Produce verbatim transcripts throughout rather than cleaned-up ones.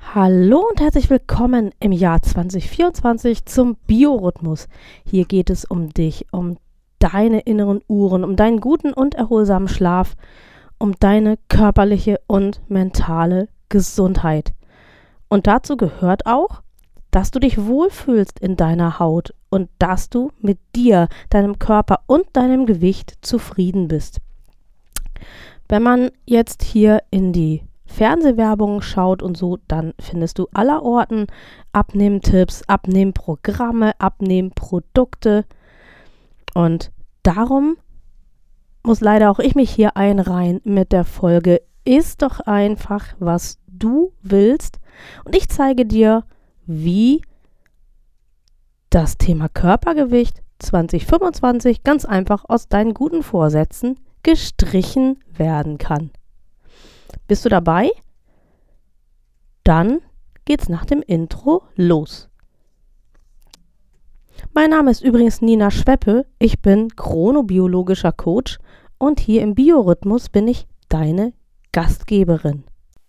Hallo und herzlich willkommen im Jahr zwanzig vierundzwanzig zum Biorhythmus. Hier geht es um dich, um deine inneren Uhren, um deinen guten und erholsamen Schlaf, um deine körperliche und mentale Gesundheit. Und dazu gehört auch, dass du dich wohlfühlst in deiner Haut und dass du mit dir, deinem Körper und deinem Gewicht zufrieden bist. Wenn man jetzt hier in die Fernsehwerbung schaut und so, dann findest du allerorten Abnehmtipps, Abnehmprogramme, Abnehmprodukte. Und darum muss leider auch ich mich hier einreihen mit der Folge Iss doch einfach, was du willst. Und ich zeige dir, wie das Thema Körpergewicht zwanzig fünfundzwanzig ganz einfach aus deinen guten Vorsätzen gestrichen werden kann. Bist du dabei? Dann geht's nach dem Intro los. Mein Name ist übrigens Nina Schweppe, ich bin chronobiologischer Coach und hier im Biorhythmus bin ich deine Gastgeberin.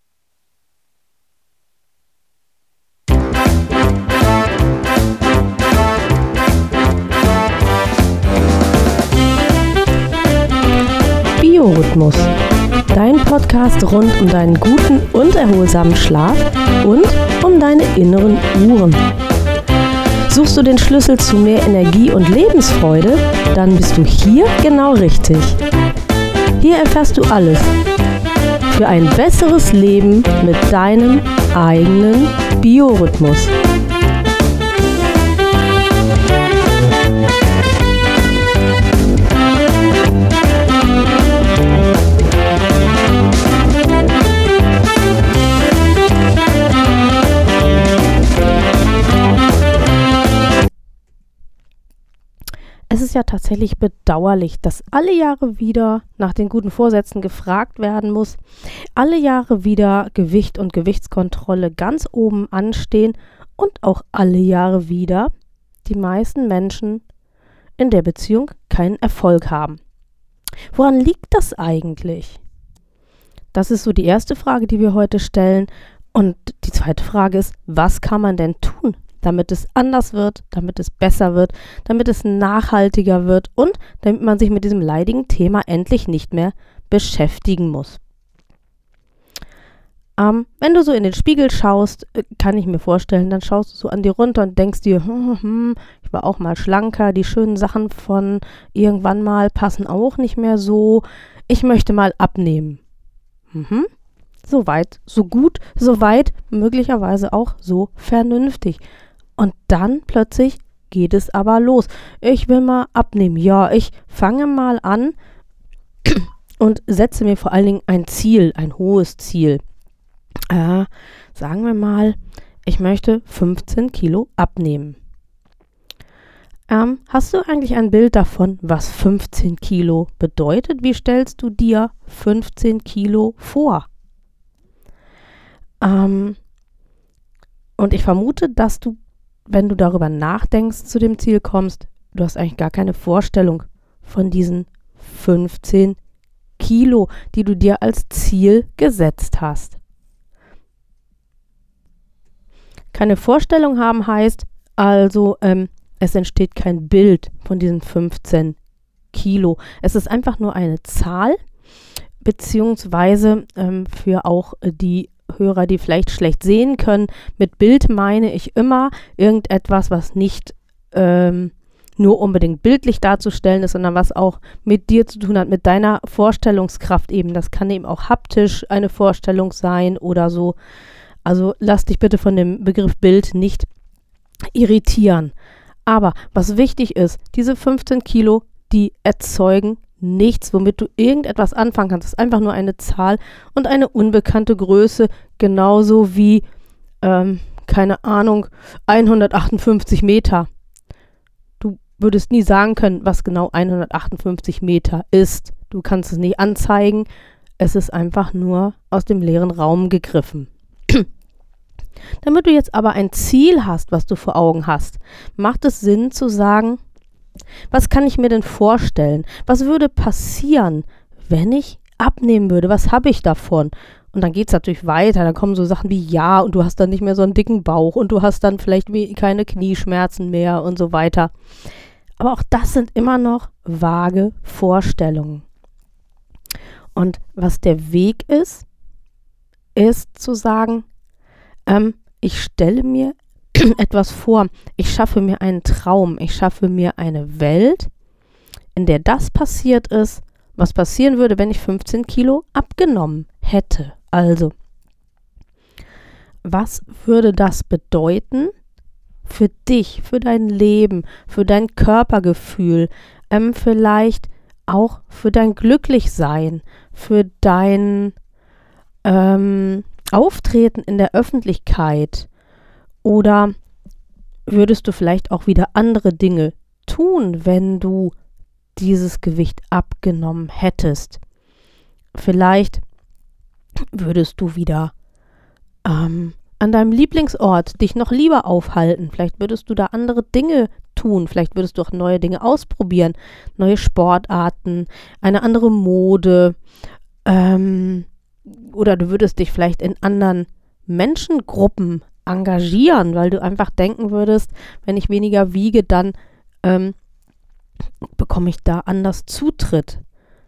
Biorhythmus. Dein Podcast rund um deinen guten und erholsamen Schlaf und um deine inneren Uhren. Suchst du den Schlüssel zu mehr Energie und Lebensfreude? Dann bist du hier genau richtig. Hier erfährst du alles für ein besseres Leben mit deinem eigenen Biorhythmus. Es ist ja tatsächlich bedauerlich, dass alle Jahre wieder nach den guten Vorsätzen gefragt werden muss, alle Jahre wieder Gewicht und Gewichtskontrolle ganz oben anstehen und auch alle Jahre wieder die meisten Menschen in der Beziehung keinen Erfolg haben. Woran liegt das eigentlich? Das ist so die erste Frage, die wir heute stellen. Und die zweite Frage ist, was kann man denn tun, damit es anders wird, damit es besser wird, damit es nachhaltiger wird und damit man sich mit diesem leidigen Thema endlich nicht mehr beschäftigen muss. Ähm, wenn du so in den Spiegel schaust, kann ich mir vorstellen, dann schaust du so an dir runter und denkst dir, hm, hm, ich war auch mal schlanker, die schönen Sachen von irgendwann mal passen auch nicht mehr so, ich möchte mal abnehmen. Mhm. So weit, so gut, so weit, möglicherweise auch so vernünftig. Und dann plötzlich geht es aber los. Ich will mal abnehmen. Ja, ich fange mal an und setze mir vor allen Dingen ein Ziel, ein hohes Ziel. Äh, sagen wir mal, ich möchte fünfzehn Kilo abnehmen. Ähm, hast du eigentlich ein Bild davon, was fünfzehn Kilo bedeutet? Wie stellst du dir fünfzehn Kilo vor? Ähm, und ich vermute, dass du, wenn du darüber nachdenkst, zu dem Ziel kommst, du hast eigentlich gar keine Vorstellung von diesen fünfzehn Kilo, die du dir als Ziel gesetzt hast. Keine Vorstellung haben heißt also, ähm, es entsteht kein Bild von diesen fünfzehn Kilo. Es ist einfach nur eine Zahl, beziehungsweise ähm, für auch äh, die Hörer, die vielleicht schlecht sehen können. Mit Bild meine ich immer irgendetwas, was nicht ähm, nur unbedingt bildlich darzustellen ist, sondern was auch mit dir zu tun hat, mit deiner Vorstellungskraft eben. Das kann eben auch haptisch eine Vorstellung sein oder so. Also lass dich bitte von dem Begriff Bild nicht irritieren. Aber was wichtig ist, diese fünfzehn Kilo, die erzeugen nichts, womit du irgendetwas anfangen kannst. Das ist einfach nur eine Zahl und eine unbekannte Größe, genauso wie, ähm, keine Ahnung, hundertachtundfünfzig Meter. Du würdest nie sagen können, was genau hundertachtundfünfzig Meter ist. Du kannst es nicht anzeigen. Es ist einfach nur aus dem leeren Raum gegriffen. Damit du jetzt aber ein Ziel hast, was du vor Augen hast, macht es Sinn zu sagen, was kann ich mir denn vorstellen? Was würde passieren, wenn ich abnehmen würde? Was habe ich davon? Und dann geht es natürlich weiter, dann kommen so Sachen wie ja und du hast dann nicht mehr so einen dicken Bauch und du hast dann vielleicht wie keine Knieschmerzen mehr und so weiter. Aber auch das sind immer noch vage Vorstellungen. Und was der Weg ist, ist zu sagen, ähm, ich stelle mir etwas vor, ich schaffe mir einen Traum, ich schaffe mir eine Welt, in der das passiert ist, was passieren würde, wenn ich fünfzehn Kilo abgenommen hätte. Also, was würde das bedeuten für dich, für dein Leben, für dein Körpergefühl, ähm, vielleicht auch für dein Glücklichsein, für dein ähm, Auftreten in der Öffentlichkeit? Oder würdest du vielleicht auch wieder andere Dinge tun, wenn du dieses Gewicht abgenommen hättest? Vielleicht würdest du wieder ähm, an deinem Lieblingsort dich noch lieber aufhalten. Vielleicht würdest du da andere Dinge tun. Vielleicht würdest du auch neue Dinge ausprobieren. Neue Sportarten, eine andere Mode. Ähm, oder du würdest dich vielleicht in anderen Menschengruppen engagieren, weil du einfach denken würdest, wenn ich weniger wiege, dann ähm, bekomme ich da anders Zutritt.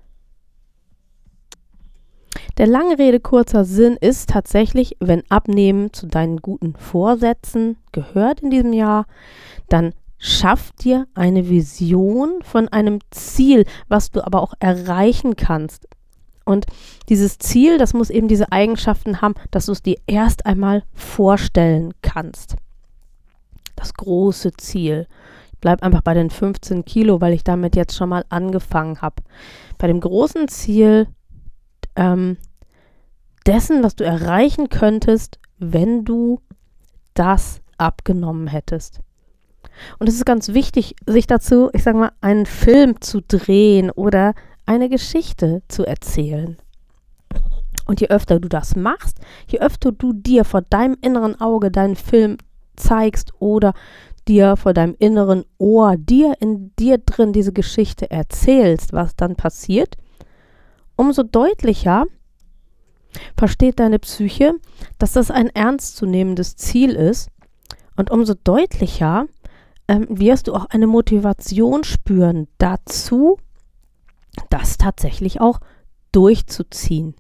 Der lange Rede, kurzer Sinn ist tatsächlich, wenn Abnehmen zu deinen guten Vorsätzen gehört in diesem Jahr, dann schaff dir eine Vision von einem Ziel, was du aber auch erreichen kannst. Und dieses Ziel, das muss eben diese Eigenschaften haben, dass du es dir erst einmal vorstellen kannst. Das große Ziel. Ich bleibe einfach bei den fünfzehn Kilo, weil ich damit jetzt schon mal angefangen habe. Bei dem großen Ziel ähm, dessen, was du erreichen könntest, wenn du das abgenommen hättest. Und es ist ganz wichtig, sich dazu, ich sage mal, einen Film zu drehen oder eine Geschichte zu erzählen. Und je öfter du das machst, je öfter du dir vor deinem inneren Auge deinen Film zeigst oder dir vor deinem inneren Ohr, dir in dir drin diese Geschichte erzählst, was dann passiert, umso deutlicher versteht deine Psyche, dass das ein ernstzunehmendes Ziel ist, und umso deutlicher ähm, wirst du auch eine Motivation spüren dazu, das tatsächlich auch durchzuziehen.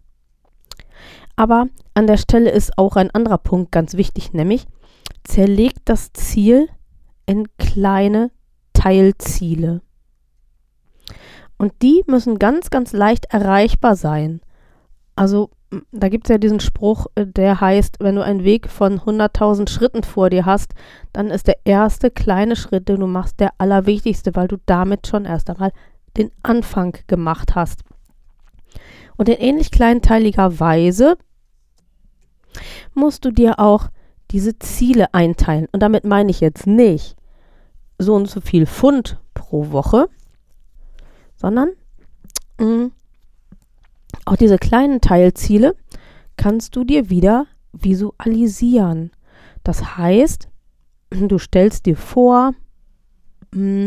Aber an der Stelle ist auch ein anderer Punkt ganz wichtig, nämlich zerlegt das Ziel in kleine Teilziele. Und die müssen ganz, ganz leicht erreichbar sein. Also da gibt es ja diesen Spruch, der heißt, wenn du einen Weg von hunderttausend Schritten vor dir hast, dann ist der erste kleine Schritt, den du machst, der allerwichtigste, weil du damit schon erst einmal den Anfang gemacht hast. Und in ähnlich kleinteiliger Weise musst du dir auch diese Ziele einteilen. Und damit meine ich jetzt nicht so und so viel Pfund pro Woche, sondern mh, auch diese kleinen Teilziele kannst du dir wieder visualisieren. Das heißt, du stellst dir vor, mh,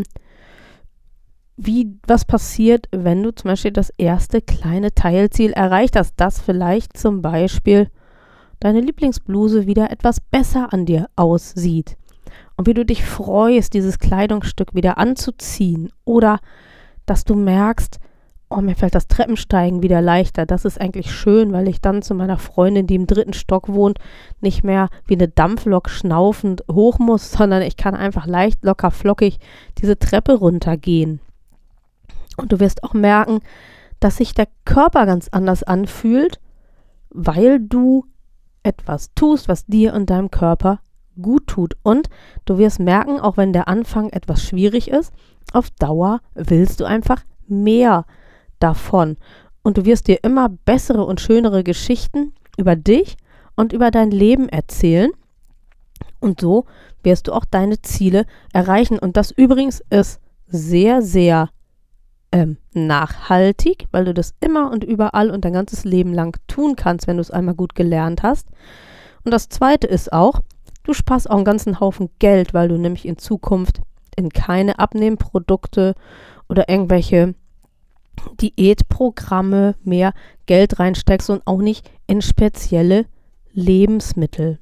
wie, was passiert, wenn du zum Beispiel das erste kleine Teilziel erreicht hast, dass vielleicht zum Beispiel deine Lieblingsbluse wieder etwas besser an dir aussieht. Und wie du dich freust, dieses Kleidungsstück wieder anzuziehen. Oder dass du merkst, oh, mir fällt das Treppensteigen wieder leichter. Das ist eigentlich schön, weil ich dann zu meiner Freundin, die im dritten Stock wohnt, nicht mehr wie eine Dampflok schnaufend hoch muss, sondern ich kann einfach leicht, locker, flockig diese Treppe runtergehen. Und du wirst auch merken, dass sich der Körper ganz anders anfühlt, weil du etwas tust, was dir und deinem Körper gut tut. Und du wirst merken, auch wenn der Anfang etwas schwierig ist, auf Dauer willst du einfach mehr davon. Und du wirst dir immer bessere und schönere Geschichten über dich und über dein Leben erzählen. Und so wirst du auch deine Ziele erreichen. Und das übrigens ist sehr, sehr ähm, nachhaltig, weil du das immer und überall und dein ganzes Leben lang tun kannst, wenn du es einmal gut gelernt hast. Und das Zweite ist auch, du sparst auch einen ganzen Haufen Geld, weil du nämlich in Zukunft in keine Abnehmprodukte oder irgendwelche Diätprogramme mehr Geld reinsteckst und auch nicht in spezielle Lebensmittel.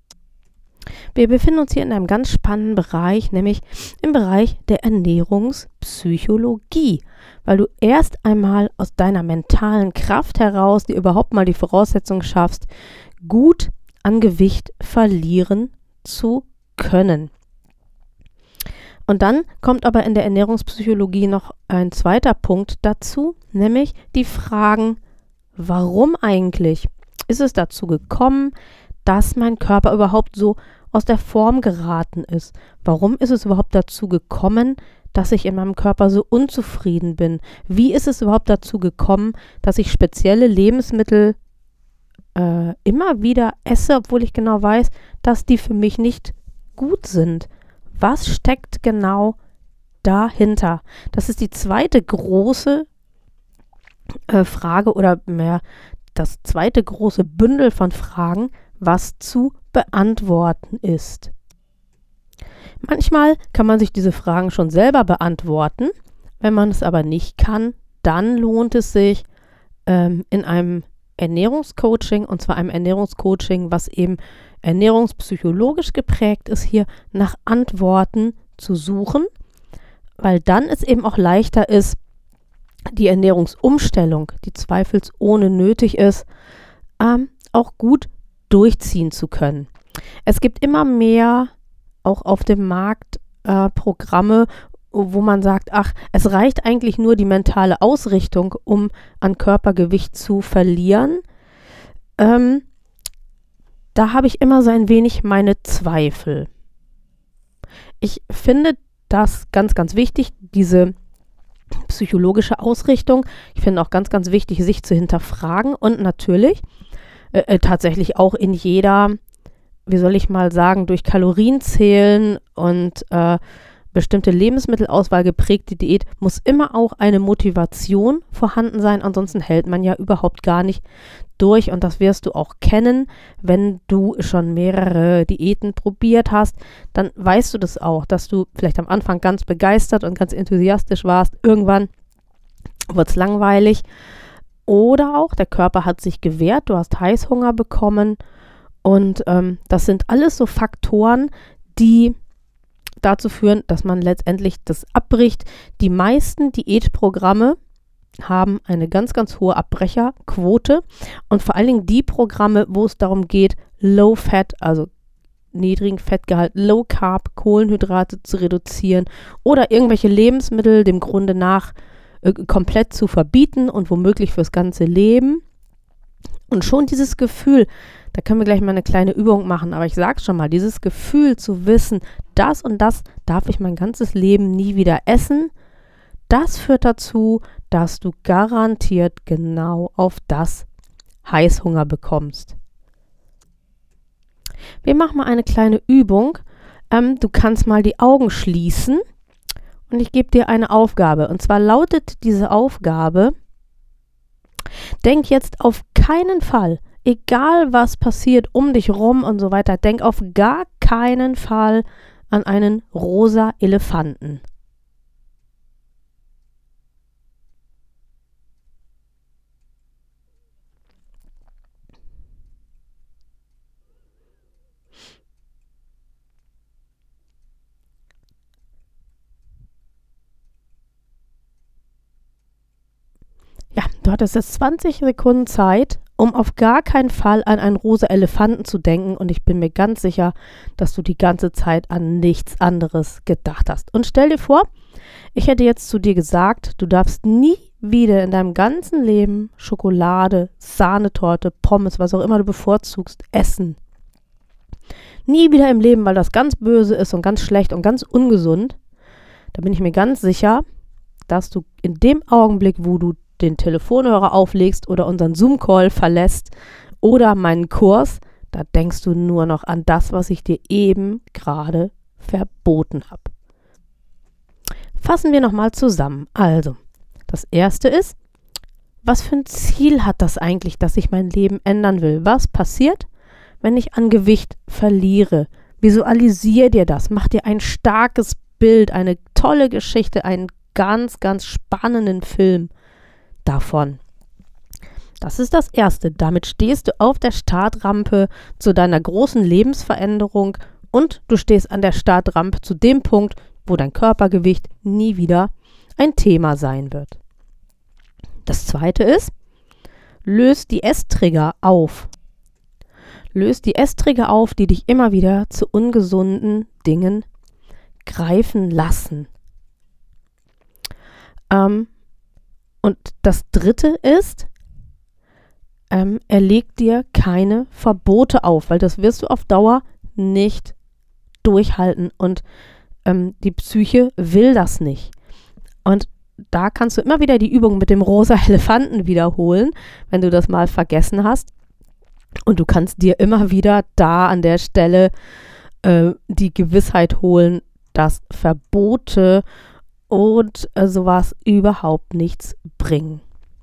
Wir befinden uns hier in einem ganz spannenden Bereich, nämlich im Bereich der Ernährungspsychologie, weil du erst einmal aus deiner mentalen Kraft heraus dir überhaupt mal die Voraussetzung schaffst, gut an Gewicht verlieren zu können. Und dann kommt aber in der Ernährungspsychologie noch ein zweiter Punkt dazu, nämlich die Fragen, warum eigentlich? Ist es dazu gekommen, dass mein Körper überhaupt so aus der Form geraten ist? Warum ist es überhaupt dazu gekommen, dass ich in meinem Körper so unzufrieden bin? Wie ist es überhaupt dazu gekommen, dass ich spezielle Lebensmittel äh, immer wieder esse, obwohl ich genau weiß, dass die für mich nicht gut sind? Was steckt genau dahinter? Das ist die zweite große äh, Frage oder mehr das zweite große Bündel von Fragen, was zu beantworten ist. Manchmal kann man sich diese Fragen schon selber beantworten. Wenn man es aber nicht kann, dann lohnt es sich, ähm, in einem Ernährungscoaching, und zwar einem Ernährungscoaching, was eben ernährungspsychologisch geprägt ist, hier nach Antworten zu suchen, weil dann es eben auch leichter ist, die Ernährungsumstellung, die zweifelsohne nötig ist, ähm, auch gut durchziehen zu können. Es gibt immer mehr auch auf dem Markt äh, Programme, wo man sagt, ach, es reicht eigentlich nur die mentale Ausrichtung, um an Körpergewicht zu verlieren. Ähm, da habe ich immer so ein wenig meine Zweifel. Ich finde das ganz, ganz wichtig, diese psychologische Ausrichtung. Ich finde auch ganz, ganz wichtig, sich zu hinterfragen und natürlich äh, äh, tatsächlich auch in jeder, wie soll ich mal sagen, durch Kalorienzählen und äh, bestimmte Lebensmittelauswahl geprägte Diät muss immer auch eine Motivation vorhanden sein, ansonsten hält man ja überhaupt gar nicht durch und das wirst du auch kennen, wenn du schon mehrere Diäten probiert hast, dann weißt du das auch, dass du vielleicht am Anfang ganz begeistert und ganz enthusiastisch warst, irgendwann wird es langweilig oder auch der Körper hat sich gewehrt, du hast Heißhunger bekommen und ähm, das sind alles so Faktoren, die dazu führen, dass man letztendlich das abbricht. Die meisten Diätprogramme haben eine ganz, ganz hohe Abbrecherquote und vor allen Dingen die Programme, wo es darum geht, Low Fat, also niedrigen Fettgehalt, Low Carb, Kohlenhydrate zu reduzieren oder irgendwelche Lebensmittel dem Grunde nach äh, komplett zu verbieten und womöglich fürs ganze Leben. Und schon dieses Gefühl, da können wir gleich mal eine kleine Übung machen, aber ich sage schon mal, dieses Gefühl zu wissen, das und das darf ich mein ganzes Leben nie wieder essen, das führt dazu, dass du garantiert genau auf das Heißhunger bekommst. Wir machen mal eine kleine Übung. Ähm, du kannst mal die Augen schließen und ich gebe dir eine Aufgabe. Und zwar lautet diese Aufgabe, denk jetzt auf keinen Fall, egal was passiert um dich rum und so weiter, denk auf gar keinen Fall an einen rosa Elefanten. Ja, du hattest jetzt zwanzig Sekunden Zeit, um auf gar keinen Fall an einen rosa Elefanten zu denken und ich bin mir ganz sicher, dass du die ganze Zeit an nichts anderes gedacht hast. Und stell dir vor, ich hätte jetzt zu dir gesagt, du darfst nie wieder in deinem ganzen Leben Schokolade, Sahnetorte, Pommes, was auch immer du bevorzugst, essen. Nie wieder im Leben, weil das ganz böse ist und ganz schlecht und ganz ungesund. Da bin ich mir ganz sicher, dass du in dem Augenblick, wo du den Telefonhörer auflegst oder unseren Zoom-Call verlässt oder meinen Kurs, da denkst du nur noch an das, was ich dir eben gerade verboten habe. Fassen wir nochmal zusammen. Also, das erste ist, was für ein Ziel hat das eigentlich, dass ich mein Leben ändern will? Was passiert, wenn ich an Gewicht verliere? Visualisier dir das, mach dir ein starkes Bild, eine tolle Geschichte, einen ganz, ganz spannenden Film davon. Das ist das Erste. Damit stehst du auf der Startrampe zu deiner großen Lebensveränderung und du stehst an der Startrampe zu dem Punkt, wo dein Körpergewicht nie wieder ein Thema sein wird. Das Zweite ist, löst die Esstrigger auf. Löst die Esstrigger auf, die dich immer wieder zu ungesunden Dingen greifen lassen. Ähm, und das Dritte ist, ähm, er legt dir keine Verbote auf, weil das wirst du auf Dauer nicht durchhalten und ähm, die Psyche will das nicht. Und da kannst du immer wieder die Übung mit dem rosa Elefanten wiederholen, wenn du das mal vergessen hast. Und du kannst dir immer wieder da an der Stelle äh, die Gewissheit holen, dass Verbote und äh, sowas überhaupt nichts bringen.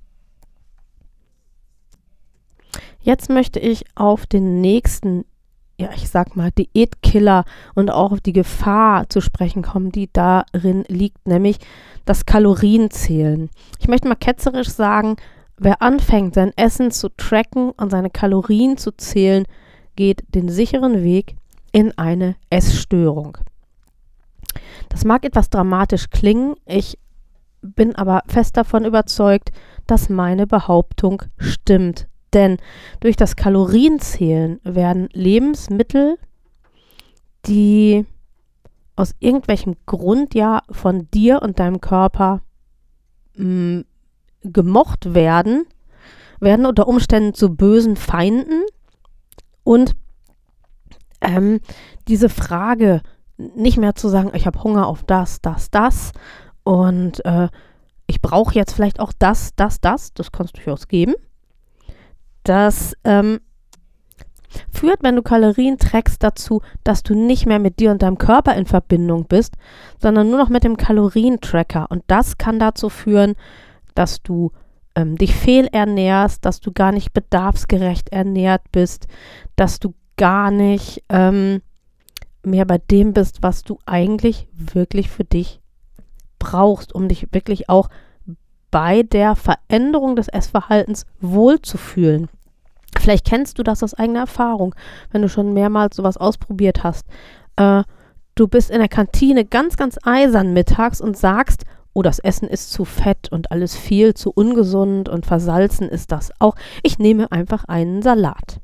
Jetzt möchte ich auf den nächsten, ja, ich sag mal, Diätkiller und auch auf die Gefahr zu sprechen kommen, die darin liegt, nämlich das Kalorienzählen. Ich möchte mal ketzerisch sagen, wer anfängt, sein Essen zu tracken und seine Kalorien zu zählen, geht den sicheren Weg in eine Essstörung. Das mag etwas dramatisch klingen, ich bin aber fest davon überzeugt, dass meine Behauptung stimmt. Denn durch das Kalorienzählen werden Lebensmittel, die aus irgendwelchem Grund ja von dir und deinem Körper mh, gemocht werden, werden unter Umständen zu bösen Feinden. Und ähm, diese Frage, nicht mehr zu sagen, ich habe Hunger auf das, das, das und äh, ich brauche jetzt vielleicht auch das, das, das, das kann es durchaus geben. Das ähm, führt, wenn du Kalorien trackst, dazu, dass du nicht mehr mit dir und deinem Körper in Verbindung bist, sondern nur noch mit dem Kalorientracker. Und das kann dazu führen, dass du ähm, dich fehlernährst, dass du gar nicht bedarfsgerecht ernährt bist, dass du gar nicht ähm, mehr bei dem bist, was du eigentlich wirklich für dich brauchst, um dich wirklich auch bei der Veränderung des Essverhaltens wohlzufühlen. Vielleicht kennst du das aus eigener Erfahrung, wenn du schon mehrmals sowas ausprobiert hast. Äh, du bist in der Kantine ganz, ganz eisern mittags und sagst, oh, das Essen ist zu fett und alles viel zu ungesund und versalzen ist das auch. Ich nehme einfach einen Salat.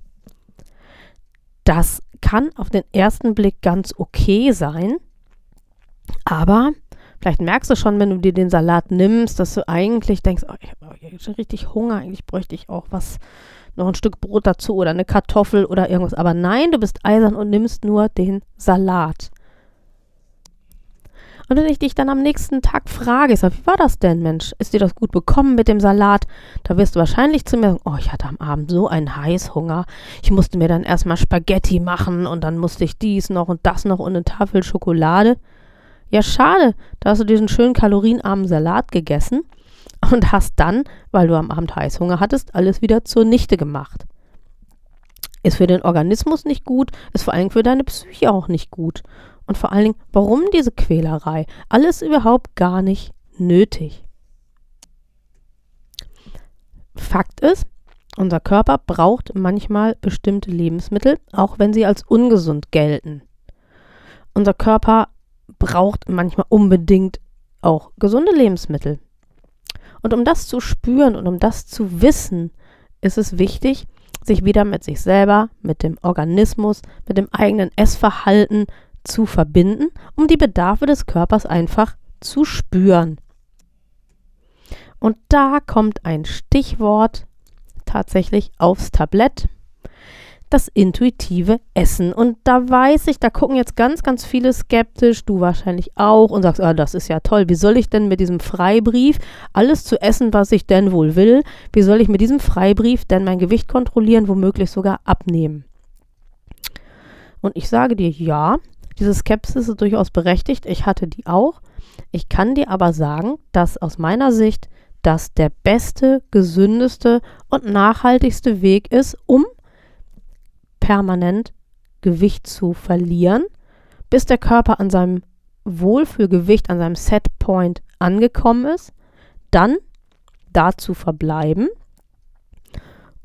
Das kann auf den ersten Blick ganz okay sein, aber vielleicht merkst du schon, wenn du dir den Salat nimmst, dass du eigentlich denkst, oh, ich habe schon richtig Hunger, eigentlich bräuchte ich auch was, noch ein Stück Brot dazu oder eine Kartoffel oder irgendwas. Aber nein, du bist eisern und nimmst nur den Salat. Und wenn ich dich dann am nächsten Tag frage, ich sag, wie war das denn, Mensch? Ist dir das gut bekommen mit dem Salat? Da wirst du wahrscheinlich zu mir sagen, oh, ich hatte am Abend so einen Heißhunger. Ich musste mir dann erstmal Spaghetti machen und dann musste ich dies noch und das noch und eine Tafel Schokolade. Ja, schade, da hast du diesen schönen kalorienarmen Salat gegessen und hast dann, weil du am Abend Heißhunger hattest, alles wieder zunichte gemacht. Ist für den Organismus nicht gut, ist vor allem für deine Psyche auch nicht gut. Und vor allen Dingen, warum diese Quälerei? Alles überhaupt gar nicht nötig. Fakt ist, unser Körper braucht manchmal bestimmte Lebensmittel, auch wenn sie als ungesund gelten. Unser Körper braucht manchmal unbedingt auch gesunde Lebensmittel. Und um das zu spüren und um das zu wissen, ist es wichtig, sich wieder mit sich selber, mit dem Organismus, mit dem eigenen Essverhalten zu verbinden, um die Bedarfe des Körpers einfach zu spüren. Und da kommt ein Stichwort tatsächlich aufs Tablett, das intuitive Essen. Und da weiß ich, da gucken jetzt ganz, ganz viele skeptisch, du wahrscheinlich auch, und sagst, ah, das ist ja toll, wie soll ich denn mit diesem Freibrief alles zu essen, was ich denn wohl will, wie soll ich mit diesem Freibrief denn mein Gewicht kontrollieren, womöglich sogar abnehmen? Und ich sage dir, ja, diese Skepsis ist durchaus berechtigt, ich hatte die auch. Ich kann dir aber sagen, dass aus meiner Sicht das der beste, gesündeste und nachhaltigste Weg ist, um permanent Gewicht zu verlieren, bis der Körper an seinem Wohlfühlgewicht, an seinem Setpoint angekommen ist, dann da zu verbleiben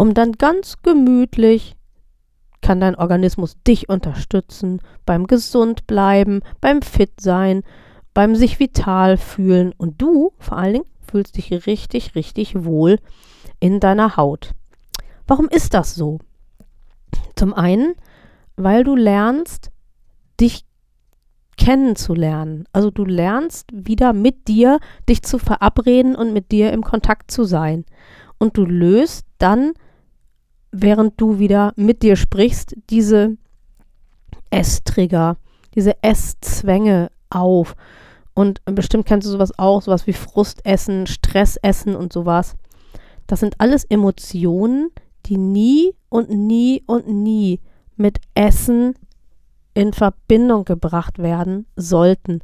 um dann ganz gemütlich kann dein Organismus dich unterstützen beim gesund bleiben, beim fit sein, beim sich vital fühlen und du vor allen Dingen fühlst dich richtig, richtig wohl in deiner Haut. Warum ist das so? Zum einen, weil du lernst, dich kennenzulernen. Also du lernst wieder mit dir, dich zu verabreden und mit dir im Kontakt zu sein. Und du löst dann, während du wieder mit dir sprichst, diese Esstrigger, diese Esszwänge auf. Und bestimmt kennst du sowas auch, sowas wie Frustessen, Stressessen und sowas. Das sind alles Emotionen, die nie und nie und nie mit Essen in Verbindung gebracht werden sollten.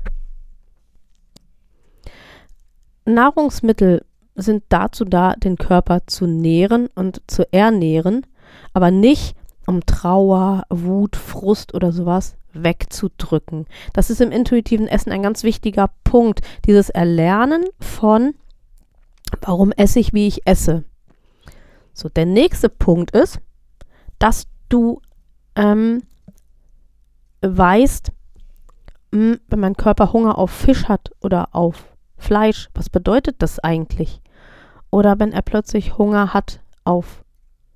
Nahrungsmittel sind dazu da, den Körper zu nähren und zu ernähren, aber nicht, um Trauer, Wut, Frust oder sowas wegzudrücken. Das ist im intuitiven Essen ein ganz wichtiger Punkt, dieses Erlernen von, warum esse ich, wie ich esse. So, der nächste Punkt ist, dass du ähm, weißt, mh, wenn mein Körper Hunger auf Fisch hat oder auf Fleisch, was bedeutet das eigentlich? Oder wenn er plötzlich Hunger hat auf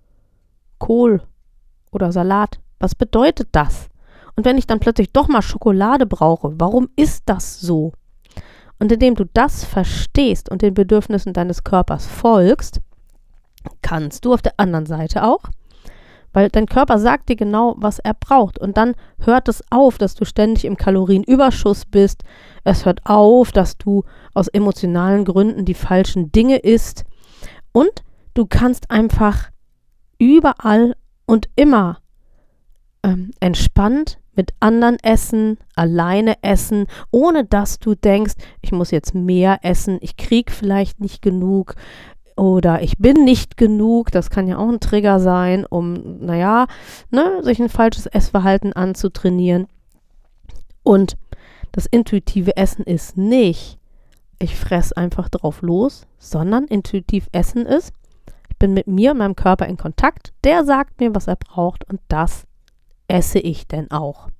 Kohl oder Salat, was bedeutet das? Und wenn ich dann plötzlich doch mal Schokolade brauche, warum ist das so? Und indem du das verstehst und den Bedürfnissen deines Körpers folgst, kannst du auf der anderen Seite auch, weil dein Körper sagt dir genau, was er braucht. Und dann hört es auf, dass du ständig im Kalorienüberschuss bist. Es hört auf, dass du aus emotionalen Gründen die falschen Dinge isst. Und du kannst einfach überall und immer ähm, entspannt mit anderen essen, alleine essen, ohne dass du denkst, ich muss jetzt mehr essen, ich kriege vielleicht nicht genug oder ich bin nicht genug. Das kann ja auch ein Trigger sein, um, naja, ne, sich ein falsches Essverhalten anzutrainieren. Und das intuitive Essen ist nicht, ich fresse einfach drauf los, sondern intuitiv Essen ist, ich bin mit mir und meinem Körper in Kontakt, der sagt mir, was er braucht und das esse ich denn auch.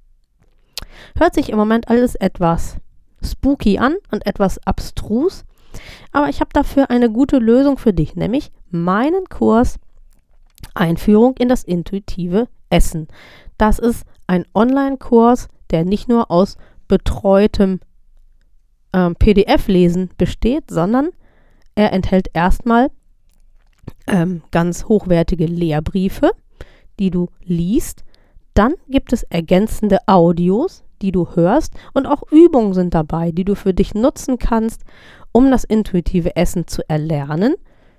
Hört sich im Moment alles etwas spooky an und etwas abstrus, aber ich habe dafür eine gute Lösung für dich, nämlich meinen Kurs Einführung in das intuitive Essen. Das ist ein Online-Kurs, der nicht nur aus betreutem ähm, P D F-Lesen besteht, sondern er enthält erstmal ähm, ganz hochwertige Lehrbriefe, die du liest. Dann gibt es ergänzende Audios, die du hörst und auch Übungen sind dabei, die du für dich nutzen kannst, um das intuitive Essen zu erlernen.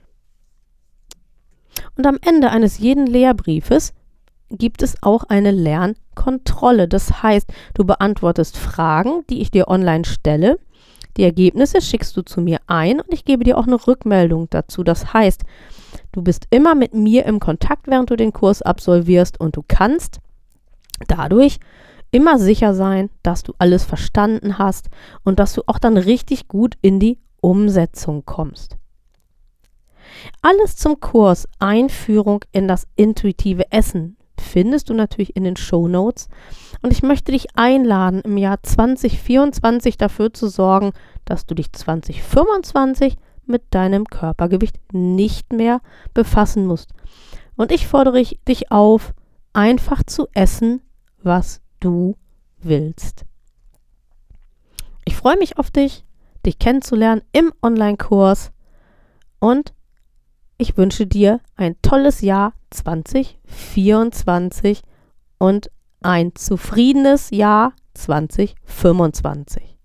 Und am Ende eines jeden Lehrbriefes gibt es auch eine Lernkontrolle. Das heißt, du beantwortest Fragen, die ich dir online stelle. Die Ergebnisse schickst du zu mir ein und ich gebe dir auch eine Rückmeldung dazu. Das heißt, du bist immer mit mir im Kontakt, während du den Kurs absolvierst und du kannst dadurch immer sicher sein, dass du alles verstanden hast und dass du auch dann richtig gut in die Umsetzung kommst. Alles zum Kurs Einführung in das intuitive Essen findest du natürlich in den Shownotes und ich möchte dich einladen, im Jahr zwanzig vierundzwanzig dafür zu sorgen, dass du dich zwanzig fünfundzwanzig mit deinem Körpergewicht nicht mehr befassen musst. Und ich fordere dich auf, einfach zu essen, was du willst. Ich freue mich auf dich, dich kennenzulernen im Online-Kurs und ich wünsche dir ein tolles Jahr zwanzig vierundzwanzig und ein zufriedenes Jahr zwanzig fünfundzwanzig.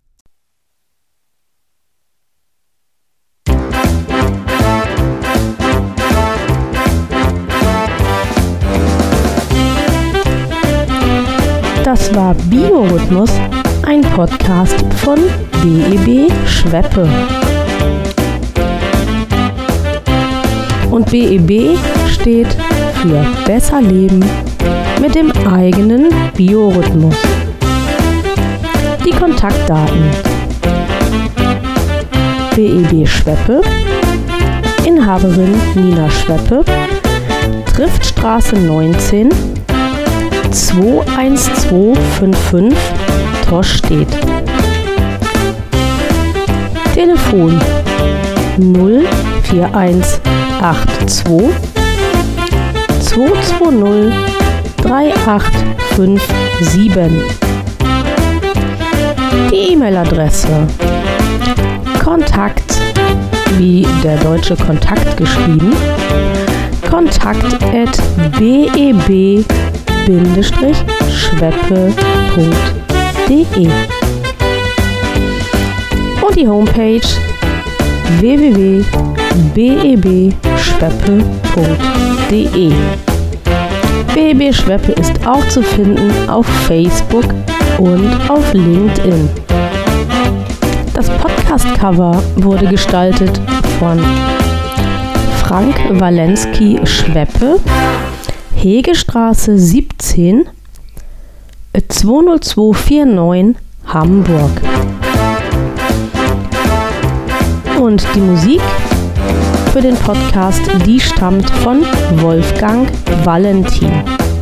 Das war Biorhythmus, ein Podcast von B E B Schweppe. Und B E B steht für besser leben mit dem eigenen Biorhythmus. Die Kontaktdaten: B E B Schweppe Inhaberin Nina Schweppe, Triftstraße neunzehn, zwei eins zwei fünf fünf, Torstedt. Telefon null vier eins acht zwei zwei zwei null drei acht fünf sieben. Die E-Mail-Adresse Kontakt, wie der deutsche Kontakt geschrieben, kontakt at b e b schweppe punkt d e und die Homepage w w w punkt b e b schweppe punkt d e. B E B Schweppe ist auch zu finden auf Facebook und auf LinkedIn. Das Podcast-Cover wurde gestaltet von Frank Walensky Schweppe, Hegestraße siebzehn, zwei null zwei vier neun, Hamburg. Und die Musik für den Podcast, die stammt von Wolfgang Valentin.